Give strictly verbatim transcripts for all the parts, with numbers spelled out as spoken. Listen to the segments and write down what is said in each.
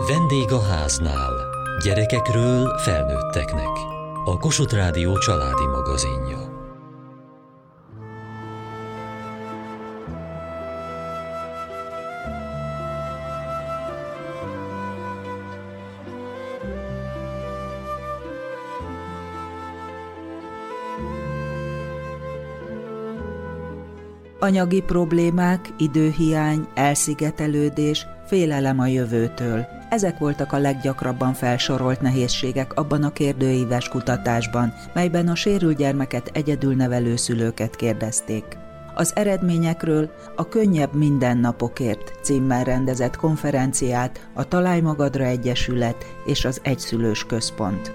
Vendég a háznál. Gyerekekről felnőtteknek. A Kossuth Rádió családi magazinja. Anyagi problémák, időhiány, elszigetelődés, félelem a jövőtől. Ezek voltak a leggyakrabban felsorolt nehézségek abban a kérdőíves kutatásban, melyben a sérült gyermeket egyedül nevelő szülőket kérdezték. Az eredményekről a Könnyebb mindennapokért címmel rendezett konferenciát a Találj Magadra Egyesület és az Egyszülős Központ.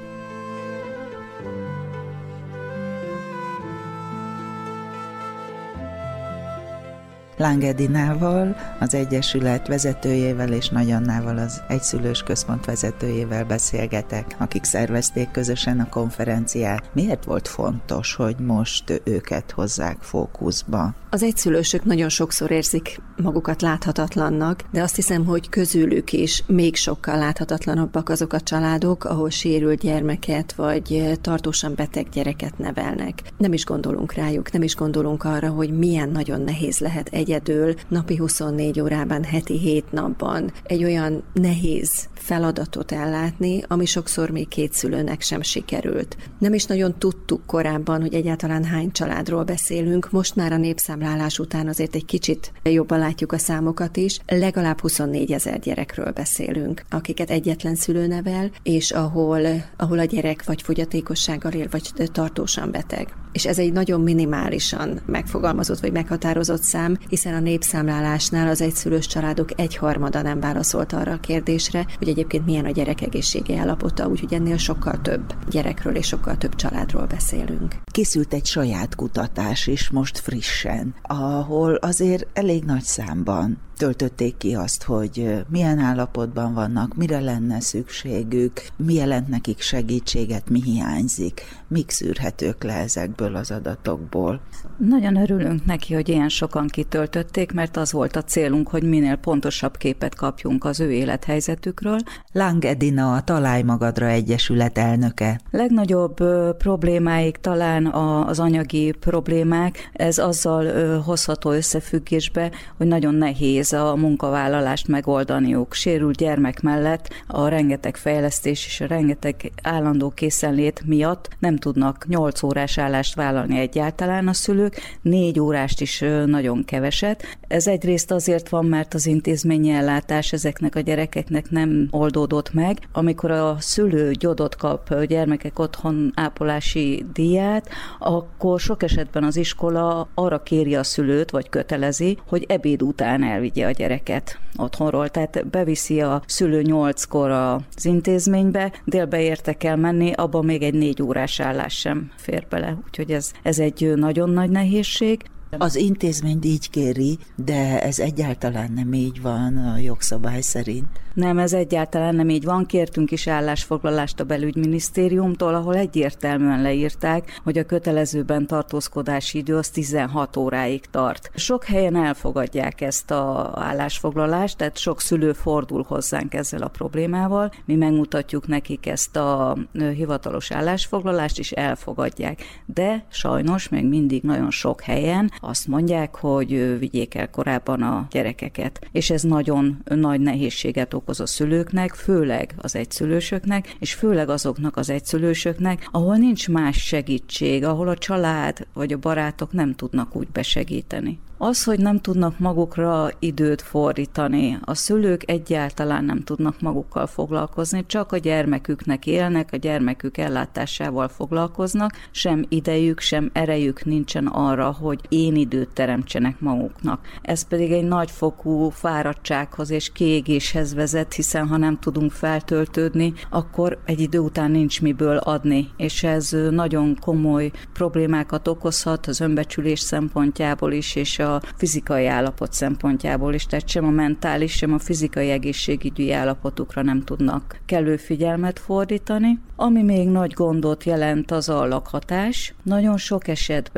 Lang Edinával, az Egyesület vezetőjével és Nagy Annával, az Egyszülős Központ vezetőjével beszélgetek, akik szervezték közösen a konferenciát. Miért volt fontos, hogy most őket hozzák fókuszba? Az egyszülősök nagyon sokszor érzik magukat láthatatlannak, de azt hiszem, hogy közülük is még sokkal láthatatlanabbak azok a családok, ahol sérült gyermeket vagy tartósan beteg gyereket nevelnek. Nem is gondolunk rájuk, nem is gondolunk arra, hogy milyen nagyon nehéz lehet egyedül napi huszonnégy órában, heti hét napban egy olyan nehéz feladatot ellátni, ami sokszor még két szülőnek sem sikerült. Nem is nagyon tudtuk korábban, hogy egyáltalán hány családról beszélünk, most már a népszámlálás után azért egy kicsit jobban látjuk a számokat is, legalább huszonnégy ezer gyerekről beszélünk, akiket egyetlen szülő nevel, és ahol, ahol a gyerek vagy fogyatékossággal él, vagy tartósan beteg. És ez egy nagyon minimálisan megfogalmazott vagy meghatározott szám, hiszen a népszámlálásnál az egyszülős családok egyharmada nem válaszolt arra a kérdésre, hogy egyébként milyen a gyerek egészségi állapota, úgyhogy ennél sokkal több gyerekről és sokkal több családról beszélünk. Készült egy saját kutatás is most frissen, ahol azért elég nagy számban töltötték ki azt, hogy milyen állapotban vannak, mire lenne szükségük, mi jelent nekik segítséget, mi hiányzik, mik szűrhetők le ezekből az adatokból. Nagyon örülünk neki, hogy ilyen sokan kitöltötték, mert az volt a célunk, hogy minél pontosabb képet kapjunk az ő élethelyzetükről. Lang Edina, a Találj Magadra Egyesület elnöke. Legnagyobb ö, problémáik talán a, az anyagi problémák, ez azzal ö, hozható összefüggésbe, hogy nagyon nehéz a munkavállalást megoldaniuk. Sérült gyermek mellett a rengeteg fejlesztés és a rengeteg állandó készenlét miatt nem tudnak nyolc órás állást vállalni egyáltalán a szülők, négy órást is nagyon keveset. Ez egyrészt azért van, mert az intézményi ellátás ezeknek a gyerekeknek nem oldódott meg. Amikor a szülő gyodot kap, a gyermekek otthon ápolási díját, akkor sok esetben az iskola arra kéri a szülőt, vagy kötelezi, hogy ebéd után elvigye a gyereket otthonról. Tehát beviszi a szülő nyolckor az intézménybe, délbe érte kell menni, abban még egy négy órás állás sem fér bele. Úgyhogy ez, ez egy nagyon nagy nehézség. Az intézmény így kéri, de ez egyáltalán nem így van a jogszabály szerint. Nem, ez egyáltalán nem így van. Kértünk is állásfoglalást a belügyminisztériumtól, ahol egyértelműen leírták, hogy a kötelezőben tartózkodási idő az tizenhat óráig tart. Sok helyen elfogadják ezt az állásfoglalást, tehát sok szülő fordul hozzánk ezzel a problémával. Mi megmutatjuk nekik ezt a hivatalos állásfoglalást, és elfogadják. De sajnos még mindig nagyon sok helyen azt mondják, hogy vigyék el korábban a gyerekeket. És ez nagyon nagy nehézséget okoz a szülőknek, főleg az egyszülősöknek, és főleg azoknak az egyszülősöknek, ahol nincs más segítség, ahol a család vagy a barátok nem tudnak úgy besegíteni. Az, hogy nem tudnak magukra időt fordítani, a szülők egyáltalán nem tudnak magukkal foglalkozni, csak a gyermeküknek élnek, a gyermekük ellátásával foglalkoznak, sem idejük, sem erejük nincsen arra, hogy én időt teremtsenek maguknak. Ez pedig egy nagyfokú fáradtsághoz és kiégéshez vezet, hiszen ha nem tudunk feltöltődni, akkor egy idő után nincs miből adni, és ez nagyon komoly problémákat okozhat az önbecsülés szempontjából is, és a fizikai állapot szempontjából is, tehát sem a mentális, sem a fizikai egészségügyi állapotukra nem tudnak kellő figyelmet fordítani. Ami még nagy gondot jelent, az a lakhatás. Nagyon sok esetben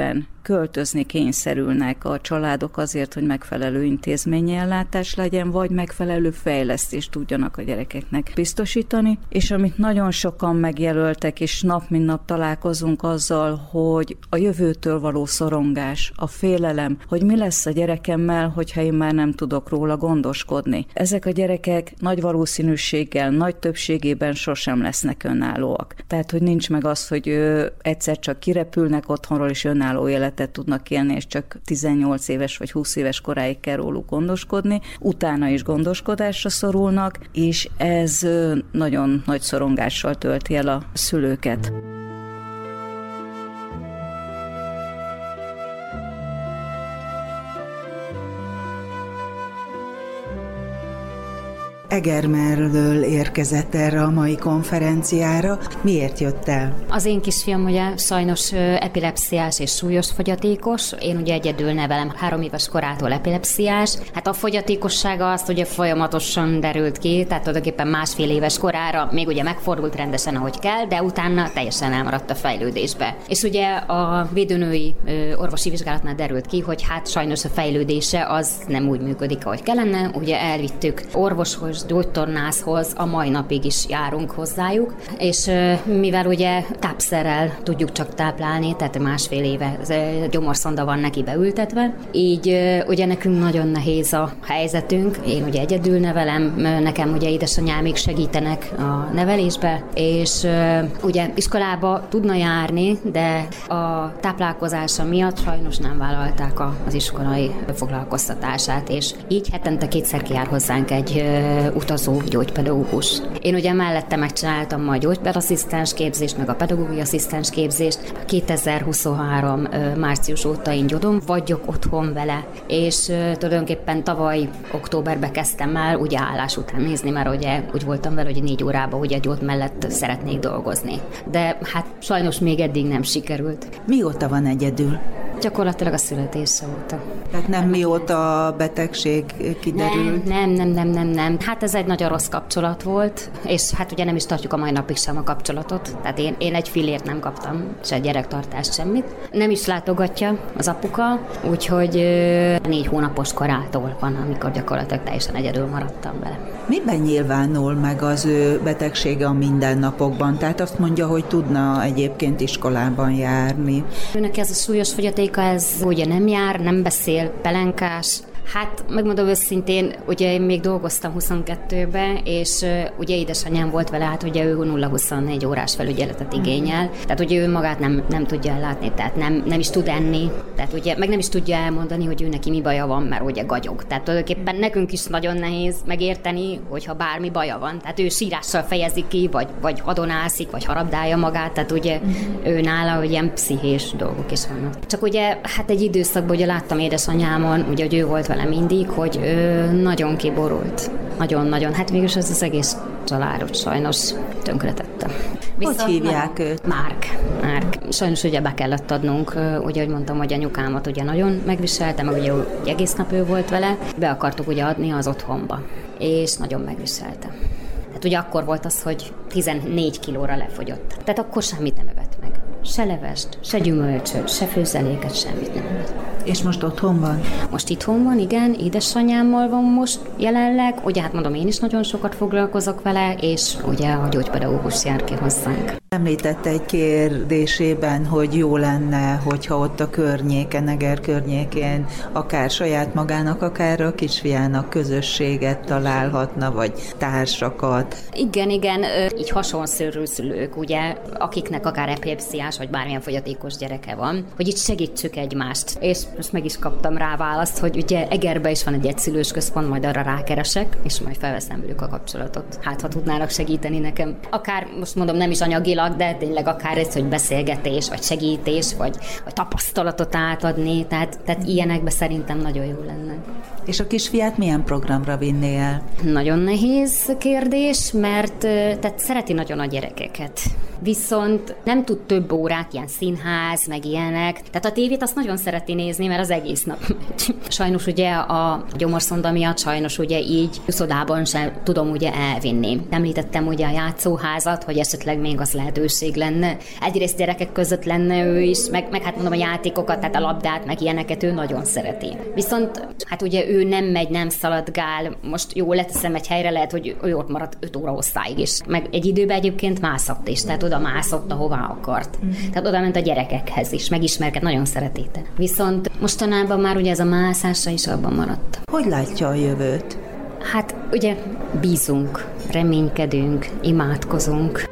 költözni kényszerülnek a családok azért, hogy megfelelő intézményi ellátás legyen, vagy megfelelő fejlesztést tudjanak a gyerekeknek biztosítani, és amit nagyon sokan megjelöltek, és nap mint nap találkozunk azzal, hogy a jövőtől való szorongás, a félelem, hogy mi lesz a gyerekemmel, hogyha én már nem tudok róla gondoskodni. Ezek a gyerekek nagy valószínűséggel, nagy többségében sosem lesznek önállóak. Tehát, hogy nincs meg az, hogy ő egyszer csak kirepülnek otthonról, és önálló életet tudnak élni, és csak tizennyolc éves vagy húsz éves koráig kell róluk gondoskodni, utána is gondoskodásra szorulnak, és ez nagyon nagy szorongással tölti el a szülőket. Egermerről érkezett erre a mai konferenciára. Miért jött el? Az én kisfiam ugye sajnos epilepsziás és súlyos fogyatékos. Én ugye egyedül nevelem, három éves korától epilepsziás. Hát a fogyatékossága azt ugye folyamatosan derült ki, tehát tulajdonképpen másfél éves korára még ugye megfordult rendesen, ahogy kell, de utána teljesen elmaradt a fejlődésbe. És ugye a védőnői orvosi vizsgálatnál derült ki, hogy hát sajnos a fejlődése az nem úgy működik, ahogy kellene. Ugye elvittük orvoshoz, gyógytornászhoz, a mai napig is járunk hozzájuk, és mivel ugye tápszerrel tudjuk csak táplálni, tehát másfél éve gyomorszonda van neki beültetve, így ugye nekünk nagyon nehéz a helyzetünk, én ugye egyedül nevelem, nekem ugye édesanyám még segítenek a nevelésbe, és ugye iskolába tudna járni, de a táplálkozása miatt sajnos nem vállalták az iskolai foglalkoztatását, és így hetente kétszer kijár hozzánk egy utazó gyógypedagógus. Én ugye mellette megcsináltam ma a gyógypedagógus képzést, meg a pedagógiai asszisztens képzést. kétezer-huszonhárom március óta én gyodom, vagyok otthon vele, és tulajdonképpen tavaly októberben kezdtem el ugye állás után nézni, mert ugye úgy voltam vele, hogy négy órában ugye gyógy mellett szeretnék dolgozni. De hát sajnos még eddig nem sikerült. Mióta van egyedül? Gyakorlatilag a születése óta. Tehát nem mióta a betegség kiderült? Nem, nem, nem, nem, nem. Hát ez egy nagyon rossz kapcsolat volt, és hát ugye nem is tartjuk a mai napig sem a kapcsolatot. Tehát én, én egy fillért nem kaptam, se gyerektartást, semmit. Nem is látogatja az apuka, úgyhogy négy hónapos korától van, amikor gyakorlatilag teljesen egyedül maradtam vele. Miben nyilvánul meg az ő betegsége a mindennapokban? Tehát azt mondja, hogy tudna egyébként iskolában járni. Őnek ez a súlyos fogyatéka, ez ugye nem jár, nem beszél, pelenkás. Hát megmondom őszintén, ugye én még dolgoztam huszonkettőben, és uh, ugye édesanyám volt vele, hát ugye ő nulla huszonnégy órás felügyeletet igényel, tehát ugye ő magát nem, nem tudja ellátni, tehát nem, nem is tud enni, tehát ugye meg nem is tudja elmondani, hogy ő neki mi baja van, mert ugye gagyog. Tehát tulajdonképpen nekünk is nagyon nehéz megérteni, hogyha bármi baja van. Tehát ő sírással fejezi ki, vagy, vagy adonászik, vagy harabdálja magát, tehát ugye ő nála, hogy ilyen pszichés dolgok is vannak. Csak ugye hát egy időszakban ugye láttam édesanyámon, ugye, hogy ő volt vele mindig, hogy ő nagyon kiborult. Nagyon-nagyon. Hát végülis az az egész családot sajnos tönkretette. Hogy hívják őt? Márk. Márk. Sajnos ugye be kellett adnunk, ugye, hogy mondtam, hogy anyukámat ugye nagyon megviselte, meg ugye egész nap ő volt vele. Be akartuk ugye adni az otthonba. És nagyon megviselte. Tehát ugye akkor volt az, hogy tizennégy kilóra lefogyott. Tehát akkor semmit nem evett meg. Se levest, se gyümölcsöt, se főzeléket, semmit nem evett. És most otthon van? Most itthon van, igen, édesanyámmal van most jelenleg. Ugye hát mondom, én is nagyon sokat foglalkozok vele, és ugye a gyógypedagógus jár ki hozzánk. Említette egy kérdésében, hogy jó lenne, hogyha ott a környéken, Eger környékén akár saját magának, akár a kisfiának közösséget találhatna, vagy társakat. Igen, igen, így hasonszörű szülők, ugye, akiknek akár epilepsziás, vagy bármilyen fogyatékos gyereke van, hogy itt segítsük egymást. És most meg is kaptam rá választ, hogy ugye Egerben is van egy egyszülős központ, majd arra rákeresek, és majd felveszem velük a kapcsolatot. Hát, ha tudnának segíteni nekem. Akár, most mondom, nem is anyagilag, de tényleg akár ez, hogy beszélgetés, vagy segítés, vagy, vagy tapasztalatot átadni, tehát, tehát ilyenekben szerintem nagyon jó lenne. És a kisfiát milyen programra vinné el? Nagyon nehéz kérdés, mert tehát szereti nagyon a gyerekeket. Viszont nem tud több órát, ilyen színház, meg ilyenek. Tehát a tévét azt nagyon szereti nézni, mert az egész nap megy. Sajnos ugye a gyomorszonda miatt, sajnos ugye így uszodában sem tudom ugye elvinni. Említettem ugye a játszóházat, hogy esetleg még az lehetőség lenne. Egyrészt gyerekek között lenne ő is, meg, meg hát mondom a játékokat, tehát a labdát, meg ilyeneket ő nagyon szereti. Viszont hát ugye ő nem megy, nem szaladgál. Most jó, leteszem egy helyre, lehet, hogy ő ott maradt öt óra hosszáig is. Meg egy időben egyébként mászott is, tehát oda mászott, ahová akart. Mm. Tehát oda ment a gyerekekhez is, megismerkedett, nagyon szeretéte. Viszont mostanában már ugye ez a mászásra is abban maradt. Hogy látja a jövőt? Hát ugye bízunk, reménykedünk, imádkozunk.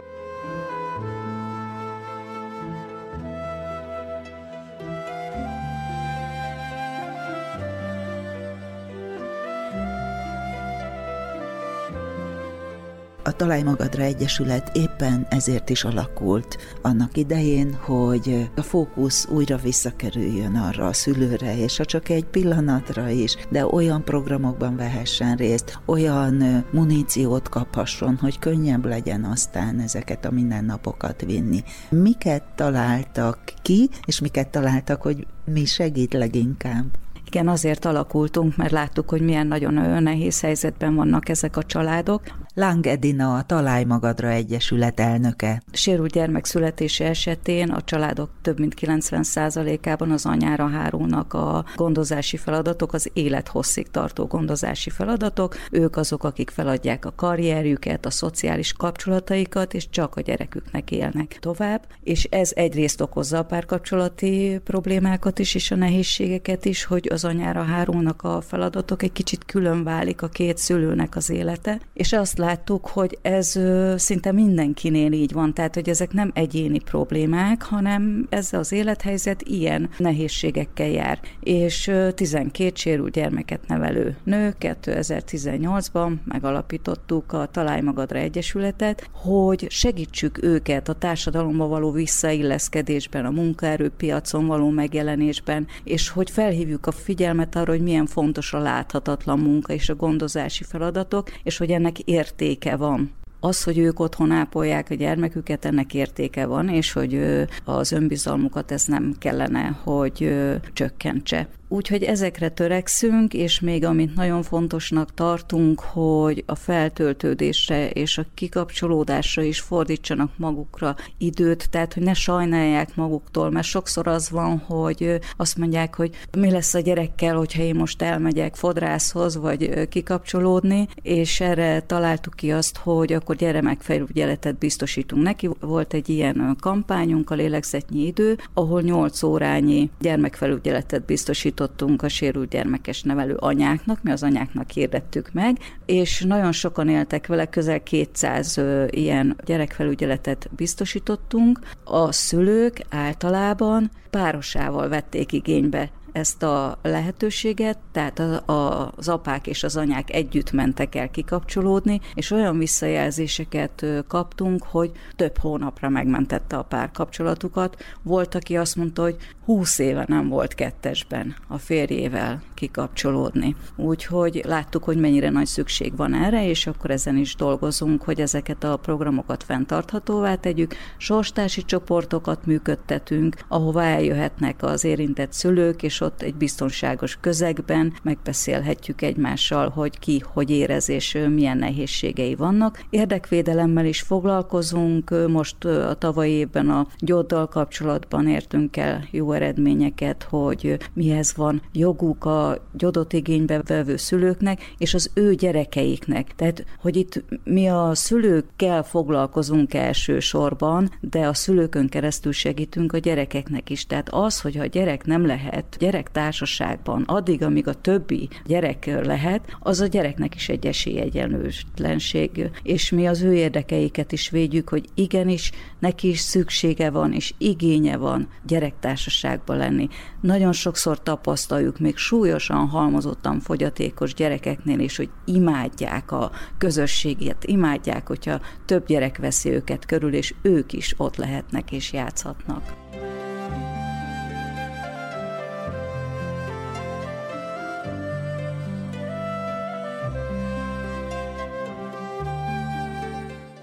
A Találj Magadra Egyesület éppen ezért is alakult annak idején, hogy a fókusz újra visszakerüljön arra a szülőre, és ha csak egy pillanatra is, de olyan programokban vehessen részt, olyan muníciót kaphasson, hogy könnyebb legyen aztán ezeket a mindennapokat vinni. Miket találtak ki, és miket találtak, hogy mi segít leginkább? Igen, azért alakultunk, mert láttuk, hogy milyen nagyon nehéz helyzetben vannak ezek a családok. Láng Edina, a Találj Magadra Egyesület elnöke. Sérült gyermek születése esetén a családok több mint kilencven százalékában az anyára hárulnak a gondozási feladatok, az élethosszig tartó gondozási feladatok. Ők azok, akik feladják a karrierjüket, a szociális kapcsolataikat, és csak a gyereküknek élnek tovább. És ez egyrészt okozza a párkapcsolati problémákat is, és a nehézségeket is, hogy az anyára hárulnak a feladatok, egy kicsit külön válik a két szülőnek az élete, és azt láttuk, hogy ez szinte mindenkinél így van, tehát hogy ezek nem egyéni problémák, hanem ez az élethelyzet ilyen nehézségekkel jár. És tizenkét sérült gyermeket nevelő nő kétezer-tizennyolcban megalapítottuk a Találj Magadra Egyesületet, hogy segítsük őket a társadalomba való visszailleszkedésben, a munkaerőpiacon való megjelenésben, és hogy felhívjuk a figyelmet arra, hogy milyen fontos a láthatatlan munka és a gondozási feladatok, és hogy ennek értéke van. Az, hogy ők otthon ápolják a gyermeküket, ennek értéke van, és hogy az önbizalmukat ez nem kellene, hogy csökkentse. Úgyhogy ezekre törekszünk, és még amit nagyon fontosnak tartunk, hogy a feltöltődésre és a kikapcsolódásra is fordítsanak magukra időt, tehát hogy ne sajnálják maguktól, mert sokszor az van, hogy azt mondják, hogy mi lesz a gyerekkel, hogyha én most elmegyek fodrászhoz, vagy kikapcsolódni, és erre találtuk ki azt, hogy akkor gyermekfelügyeletet biztosítunk neki. Volt egy ilyen kampányunk, a lélegzetnyi idő, ahol nyolc órányi gyermekfelügyeletet biztosítunk a sérült gyermekes nevelő anyáknak, mi az anyáknak hirdettük meg, és nagyon sokan éltek vele, közel kétszáz ilyen gyerekfelügyeletet biztosítottunk. A szülők általában párosával vették igénybe ezt a lehetőséget, tehát az apák és az anyák együtt mentek el kikapcsolódni, és olyan visszajelzéseket kaptunk, hogy több hónapra megmentette a párkapcsolatukat. Volt, aki azt mondta, hogy húsz éve nem volt kettesben a férjével kikapcsolódni. Úgyhogy láttuk, hogy mennyire nagy szükség van erre, és akkor ezen is dolgozunk, hogy ezeket a programokat fenntarthatóvá tegyük. Sorstársi csoportokat működtetünk, ahová eljöhetnek az érintett szülők, és ott egy biztonságos közegben megbeszélhetjük egymással, hogy ki hogy érez, és milyen nehézségei vannak. Érdekvédelemmel is foglalkozunk, most a tavalyi évben a gyóddal kapcsolatban értünk el jó eredményeket, hogy mihez van joguk a gyódot igénybe vevő szülőknek, és az ő gyerekeiknek. Tehát, hogy itt mi a szülőkkel foglalkozunk elsősorban, de a szülőkön keresztül segítünk a gyerekeknek is. Tehát az, hogy a gyerek nem lehet gyerektársaságban, addig, amíg a többi gyerek lehet, az a gyereknek is egy esélyegyenlőtlenség, és mi az ő érdekeiket is védjük, hogy igenis neki is szüksége van, és igénye van gyerektársaságban lenni. Nagyon sokszor tapasztaljuk még súlyosan halmozottan fogyatékos gyerekeknél is, hogy imádják a közösséget, imádják, hogyha több gyerek veszi őket körül, és ők is ott lehetnek és játszhatnak.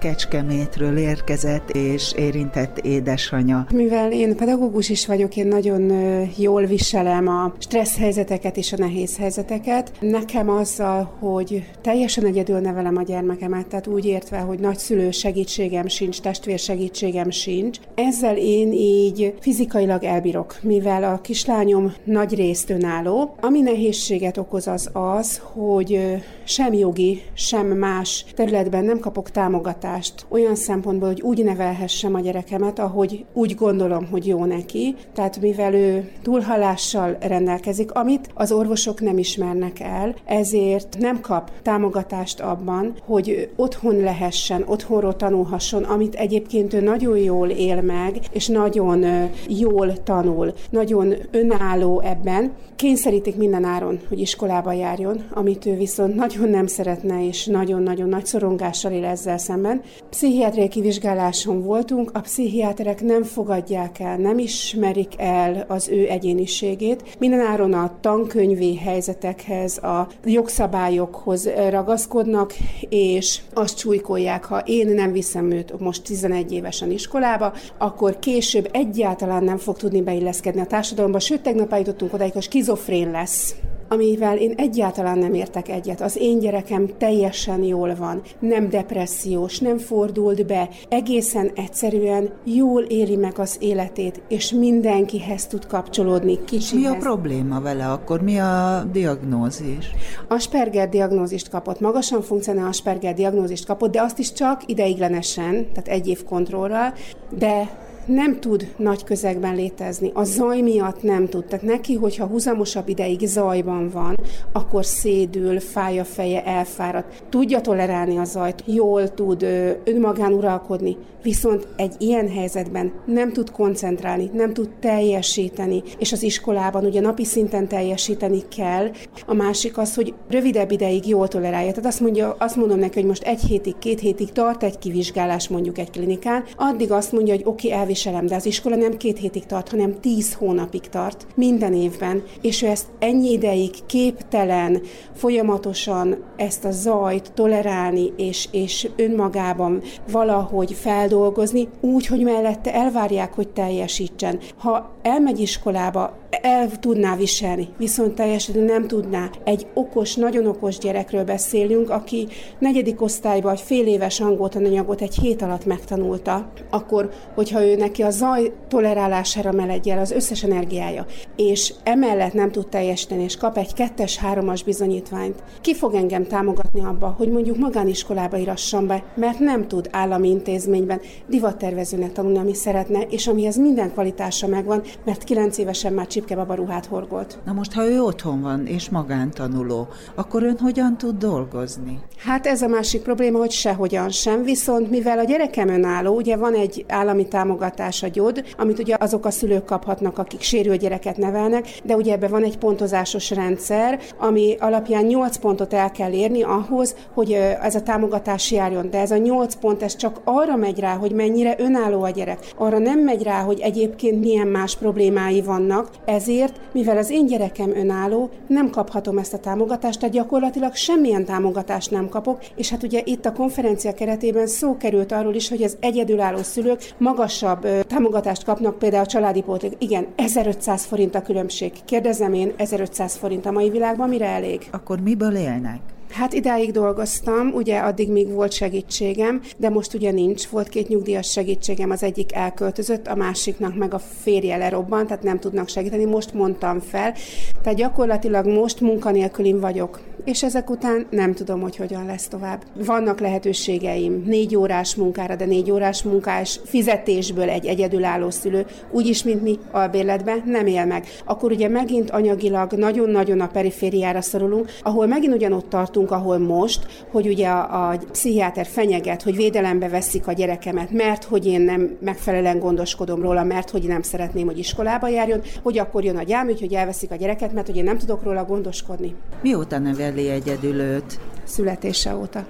Kecskemétről érkezett és érintett édesanya. Mivel én pedagógus is vagyok, én nagyon jól viselem a stressz helyzeteket és a nehéz helyzeteket. Nekem azzal, hogy teljesen egyedül nevelem a gyermekemet, tehát úgy értve, hogy nagyszülő segítségem sincs, testvér segítségem sincs, ezzel én így fizikailag elbírok, mivel a kislányom nagy részt önálló. Ami nehézséget okoz az az, hogy sem jogi, sem más területben nem kapok támogatást olyan szempontból, hogy úgy nevelhessem a gyerekemet, ahogy úgy gondolom, hogy jó neki. Tehát mivel ő túlhallással rendelkezik, amit az orvosok nem ismernek el, ezért nem kap támogatást abban, hogy otthon lehessen, otthonról tanulhasson, amit egyébként ő nagyon jól él meg, és nagyon jól tanul, nagyon önálló ebben. Kényszerítik minden áron, hogy iskolába járjon, amit ő viszont nagyon nem szeretne, és nagyon-nagyon nagy szorongással él ezzel szemben. Pszichiátriai kivizsgáláson voltunk, a pszichiáterek nem fogadják el, nem ismerik el az ő egyéniségét. Minden áron a tankönyvi helyzetekhez, a jogszabályokhoz ragaszkodnak, és azt súlykolják, ha én nem viszem őt most tizenegy évesen iskolába, akkor később egyáltalán nem fog tudni beilleszkedni a társadalomba, sőt, tegnap eljutottunk odáig, hogy skizofrén lesz. Amivel én egyáltalán nem értek egyet. Az én gyerekem teljesen jól van, nem depressziós, nem fordult be, egészen egyszerűen jól éli meg az életét, és mindenkihez tud kapcsolódni, kicsihez. Mi a probléma vele akkor? Mi a diagnózis? Asperger diagnózist kapott, magasan funkcionáló Asperger diagnózist kapott, de azt is csak ideiglenesen, tehát egy év kontrollral, de nem tud nagy közegben létezni. A zaj miatt nem tud. Tehát neki, hogyha húzamosabb ideig zajban van, akkor szédül, fáj a feje, elfárad. Tudja tolerálni a zajt, jól tud önmagán uralkodni, viszont egy ilyen helyzetben nem tud koncentrálni, nem tud teljesíteni, és az iskolában ugye napi szinten teljesíteni kell. A másik az, hogy rövidebb ideig jól tolerálja. Tehát azt, mondja, azt mondom neki, hogy most egy hétig, két hétig tart egy kivizsgálás mondjuk egy klinikán, addig azt mondja, hogy oké, okay, viselem, de az iskola nem két hétig tart, hanem tíz hónapig tart, minden évben, és ő ezt ennyi ideig képtelen, folyamatosan ezt a zajt tolerálni, és, és önmagában valahogy feldolgozni, úgy, hogy mellette elvárják, hogy teljesítsen. Ha elmegy iskolába, el tudná viselni, viszont teljesen nem tudná. Egy okos, nagyon okos gyerekről beszélünk, aki negyedik osztályban egy fél éves angol tananyagot egy hét alatt megtanulta, akkor, hogyha ő neki a zaj tolerálására meledj el az összes energiája, és emellett nem tud teljesíteni, és kap egy kettes, háromas bizonyítványt, ki fog engem támogatni abba, hogy mondjuk magániskolába írassam be, mert nem tud állami intézményben divattervezőnek tanulni, ami szeretne, és amihez minden kvalitása megvan, mert kilenc évesen már csipkebaba ruhát horgolt. Na most, ha ő otthon van és magántanuló, akkor ön hogyan tud dolgozni? Hát ez a másik probléma, hogy sehogyan sem, viszont mivel a gyerekem önálló, ugye van egy állami támogatás, a gyód, amit ugye azok a szülők kaphatnak, akik sérült gyereket nevelnek, de ugye ebben van egy pontozásos rendszer, ami alapján nyolc pontot el kell érni ahhoz, hogy ez a támogatás járjon. De ez a nyolc pont, ez csak arra megy rá, hogy mennyire önálló a gyerek. Arra nem megy rá, hogy egyébként milyen más problémái vannak, ezért, mivel az én gyerekem önálló, nem kaphatom ezt a támogatást, tehát gyakorlatilag semmilyen támogatást nem kapok, és hát ugye itt a konferencia keretében szó került arról is, hogy az egyedülálló szülők magasabb ö, támogatást kapnak, például a családi pótlék. Igen, ezerötszáz forint a különbség. Kérdezem én, ezerötszáz forint a mai világban mire elég? Akkor miből élnek? Hát idáig dolgoztam, ugye addig még volt segítségem, de most ugye nincs. Volt két nyugdíjas segítségem, az egyik elköltözött, a másiknak meg a férje lerobbant, tehát nem tudnak segíteni. Most mondtam fel, tehát gyakorlatilag most munkanélkülim vagyok. És ezek után nem tudom, hogy hogyan lesz tovább. Vannak lehetőségeim négy órás munkára, de négy órás munkás fizetésből egy egyedülálló szülő, úgyis, mint mi albérletben nem él meg. Akkor ugye megint anyagilag nagyon-nagyon a perifériára szorulunk, ahol megint ugyanott tartunk, ahol most, hogy ugye a, a pszichiáter fenyeget, hogy védelembe veszik a gyerekemet, mert hogy én nem megfelelően gondoskodom róla, mert hogy nem szeretném, hogy iskolába járjon, hogy akkor jön a gyámügy, hogy elveszik a gyereket, mert hogy én nem tudok róla gondoskodni. Mióta neveli egyedül őt? Születése óta.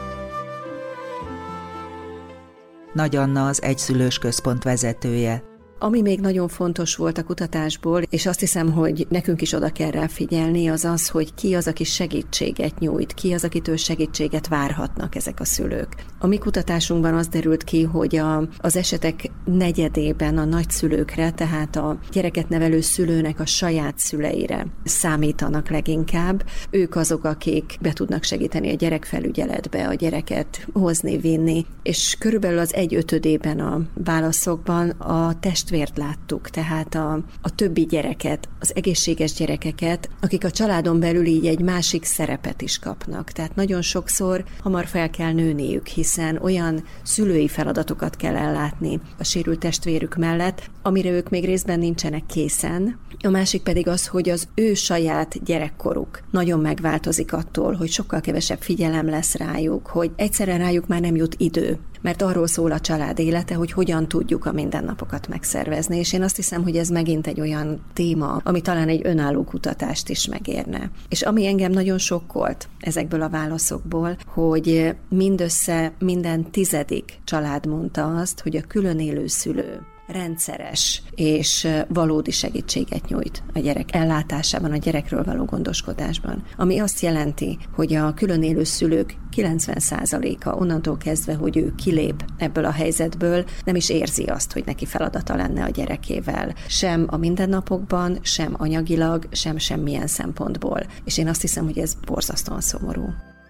Nagy Anna az Egyszülős Központ vezetője. Ami még nagyon fontos volt a kutatásból, és azt hiszem, hogy nekünk is oda kell rá figyelni, az az, hogy ki az, aki segítséget nyújt, ki az, akitől segítséget várhatnak ezek a szülők. A mi kutatásunkban az derült ki, hogy a, az esetek negyedében a nagyszülőkre, tehát a gyereket nevelő szülőnek a saját szüleire számítanak leginkább. Ők azok, akik be tudnak segíteni a gyerekfelügyeletbe, a gyereket hozni, vinni, és körülbelül az egy ötödében a válaszokban a testvért láttuk, tehát a, a többi gyereket, az egészséges gyerekeket, akik a családon belül így egy másik szerepet is kapnak. Tehát nagyon sokszor hamar fel kell nőniük, hiszen olyan szülői feladatokat kell ellátni a sérült testvérük mellett, amire ők még részben nincsenek készen. A másik pedig az, hogy az ő saját gyerekkoruk nagyon megváltozik attól, hogy sokkal kevesebb figyelem lesz rájuk, hogy egyszerre rájuk már nem jut idő, mert arról szól a család élete, hogy hogyan tudjuk a mindennapokat megszervezni, és én azt hiszem, hogy ez megint egy olyan téma, ami talán egy önálló kutatást is megérne. És ami engem nagyon sokkolt ezekből a válaszokból, hogy mindössze minden tizedik család mondta azt, hogy a külön élő szülő rendszeres és valódi segítséget nyújt a gyerek ellátásában, a gyerekről való gondoskodásban. Ami azt jelenti, hogy a külön élő szülők kilencven százaléka onnantól kezdve, hogy ő kilép ebből a helyzetből, nem is érzi azt, hogy neki feladata lenne a gyerekével. Sem a mindennapokban, sem anyagilag, sem semmilyen szempontból. És én azt hiszem, hogy ez borzasztóan szomorú.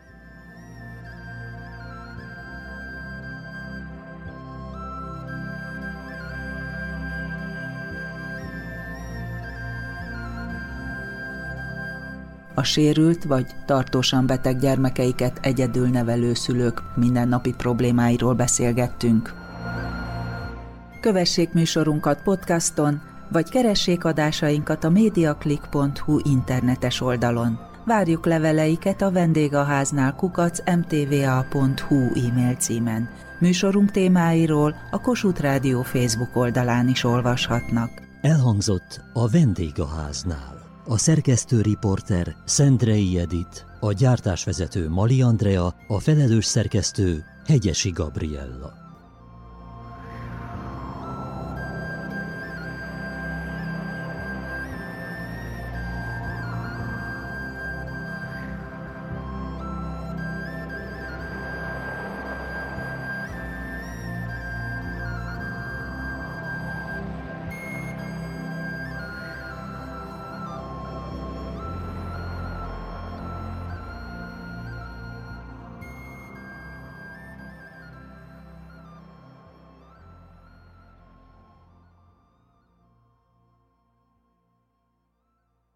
A sérült vagy tartósan beteg gyermekeiket egyedül nevelő szülők mindennapi problémáiról beszélgettünk. Kövessék műsorunkat podcaston, vagy keressék adásainkat a mediaclick pont hu internetes oldalon. Várjuk leveleiket a vendégháznál kukac em té vé á pont hu e-mail címen. Műsorunk témáiról a Kossuth Rádió Facebook oldalán is olvashatnak. Elhangzott a vendégháznál. A szerkesztő riporter Szendrei Edith, a gyártásvezető Mali Andrea, a felelős szerkesztő Hegyesi Gabriella.